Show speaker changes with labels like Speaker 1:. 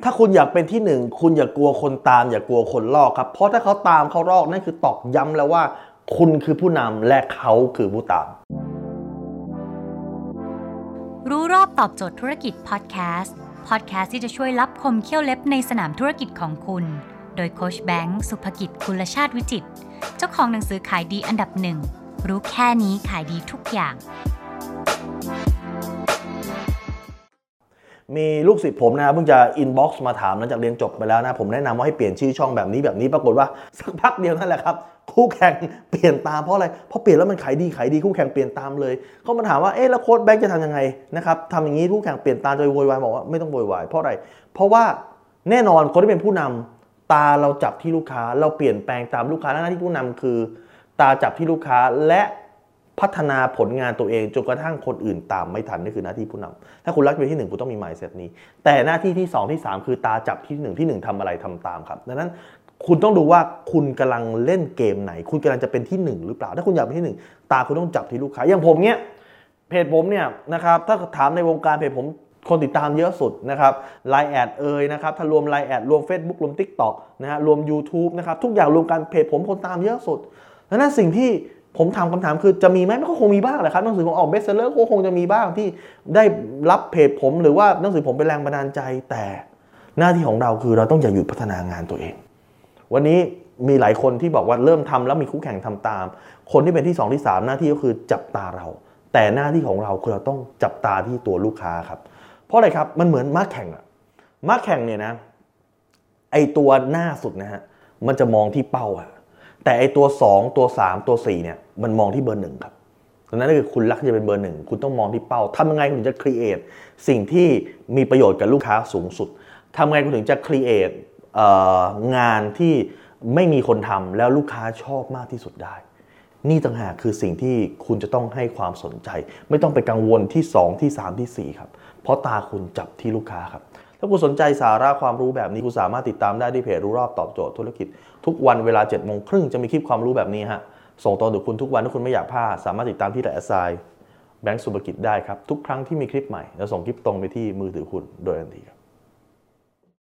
Speaker 1: ถ้าคุณอยากเป็นที่หนึ่งคุณอย่ากลัวคนตามอย่ากลัวคนลอกครับเพราะถ้าเขาตามเขาลอกนั่นคือตอกย้ำแล้วว่าคุณคือผู้นำและเขาคือผู้ตาม
Speaker 2: รู้รอบตอบโจทย์ธุรกิจพอดแคสต์ที่จะช่วยลับคมเขี้ยวเล็บในสนามธุรกิจของคุณโดยโค้ชแบงค์สุภกิจกุลชาติวิจิตรเจ้าของหนังสือขายดีอันดับหนึ่งรู้แค่นี้ขายดีทุกอย่าง
Speaker 1: มีลูกศิษย์ผมนะครับเพิ่งจะอินบ็อกซ์มาถามหลังจากเรียนจบไปแล้วนะผมแนะนำว่าให้เปลี่ยนชื่อช่องแบบนี้ปรากฏว่าสักพักเดียวนั่นแหละครับคู่แข่งเปลี่ยนตามเพราะอะไรเพราะเปลี่ยนแล้วมันขายดีคู่แข่งเปลี่ยนตามเลยเขามาถามว่าแล้วโค้ชแบงค์จะทำยังไงนะครับทำอย่างนี้คู่แข่งเปลี่ยนตามจะโวยวายบอกว่าไม่ต้องโวยวายเพราะอะไรเพราะว่าแน่นอนคนที่เป็นผู้นำตาเราจับที่ลูกค้าเราเปลี่ยนแปลงตามลูกค้าหน้าที่ผู้นำคือตาจับที่ลูกค้าและพัฒนาผลงานตัวเองจนกระทั่งคนอื่นตามไม่ทันนี่คือหน้าที่ผู้นำถ้าคุณรักเป็นที่1คุณต้องมี mindset นี้แต่หน้าที่ที่2ที่3คือตาจับที่1ทำอะไรทำตามครับดังนั้นคุณต้องดูว่าคุณกำลังเล่นเกมไหนคุณกำลังจะเป็นที่1หรือเปล่าถ้าคุณอยากเป็นที่1ตาคุณต้องจับที่ลูกค้าอย่างผมเนี้ยเพจผมเนี่ยนะครับถ้าถามในวงการเพจผมคนติดตามเยอะสุดนะครับ Line แอดนะครับถ้ารวม Line แอดรวม Facebook รวม TikTok นะฮะรวม YouTube นะครับทุกอย่างรวมกันเพจผมคนตามเยอะสุดดังนั้นสิ่งที่ผมถามคำถามคือจะมีไหมมันก็คงมีบ้างแหละครับหนังสือผมออกเบสเซลเลอร์ก็คงจะมีบ้างที่ได้รับเพจผมหรือว่าหนังสือผมเป็นแรงบันดาลใจแต่หน้าที่ของเราคือเราต้องอย่าหยุดพัฒนางานตัวเองวันนี้มีหลายคนที่บอกว่าเริ่มทำแล้วมีคู่แข่งทำตามคนที่เป็นที่2ที่3หน้าที่ก็คือจับตาเราแต่หน้าที่ของเราคือเราต้องจับตาที่ตัวลูกค้าครับเพราะอะไรครับมันเหมือนม้าแข่งม้าแข่งเนี่ยนะไอตัวหน้าสุดนะฮะมันจะมองที่เป้าแต่ไอตัว2ตัว3ตัว4เนี่ยมันมองที่เบอร์1ครับดังนั้นคือคุณรักจะเป็นเบอร์1คุณต้องมองที่เป้าทำยังไงคุณถึงจะครีเอทสิ่งที่มีประโยชน์กับลูกค้าสูงสุดทำยังไงคุณถึงจะครีเอทงานที่ไม่มีคนทำแล้วลูกค้าชอบมากที่สุดได้นี่ต่างหากคือสิ่งที่คุณจะต้องให้ความสนใจไม่ต้องไปกังวลที่2ที่3ที่4ครับเพราะตาคุณจับที่ลูกค้าครับถ้าคุณสนใจสาระความรู้แบบนี้คุณสามารถติดตามได้ที่เพจรู้รอบตอบโจทย์ธุรกิจทุกวันเวลา 7:30 นจะมีคลิปความรู้แบบนี้ฮะส่งตรงถึงคุณทุกวันถ้าคุณไม่อยากพลาดสามารถติดตามที่แอดไซน์แบงค์สุภกิจได้ครับทุกครั้งที่มีคลิปใหม่จะส่งคลิปตรงไปที่มือถือคุณโดยทันที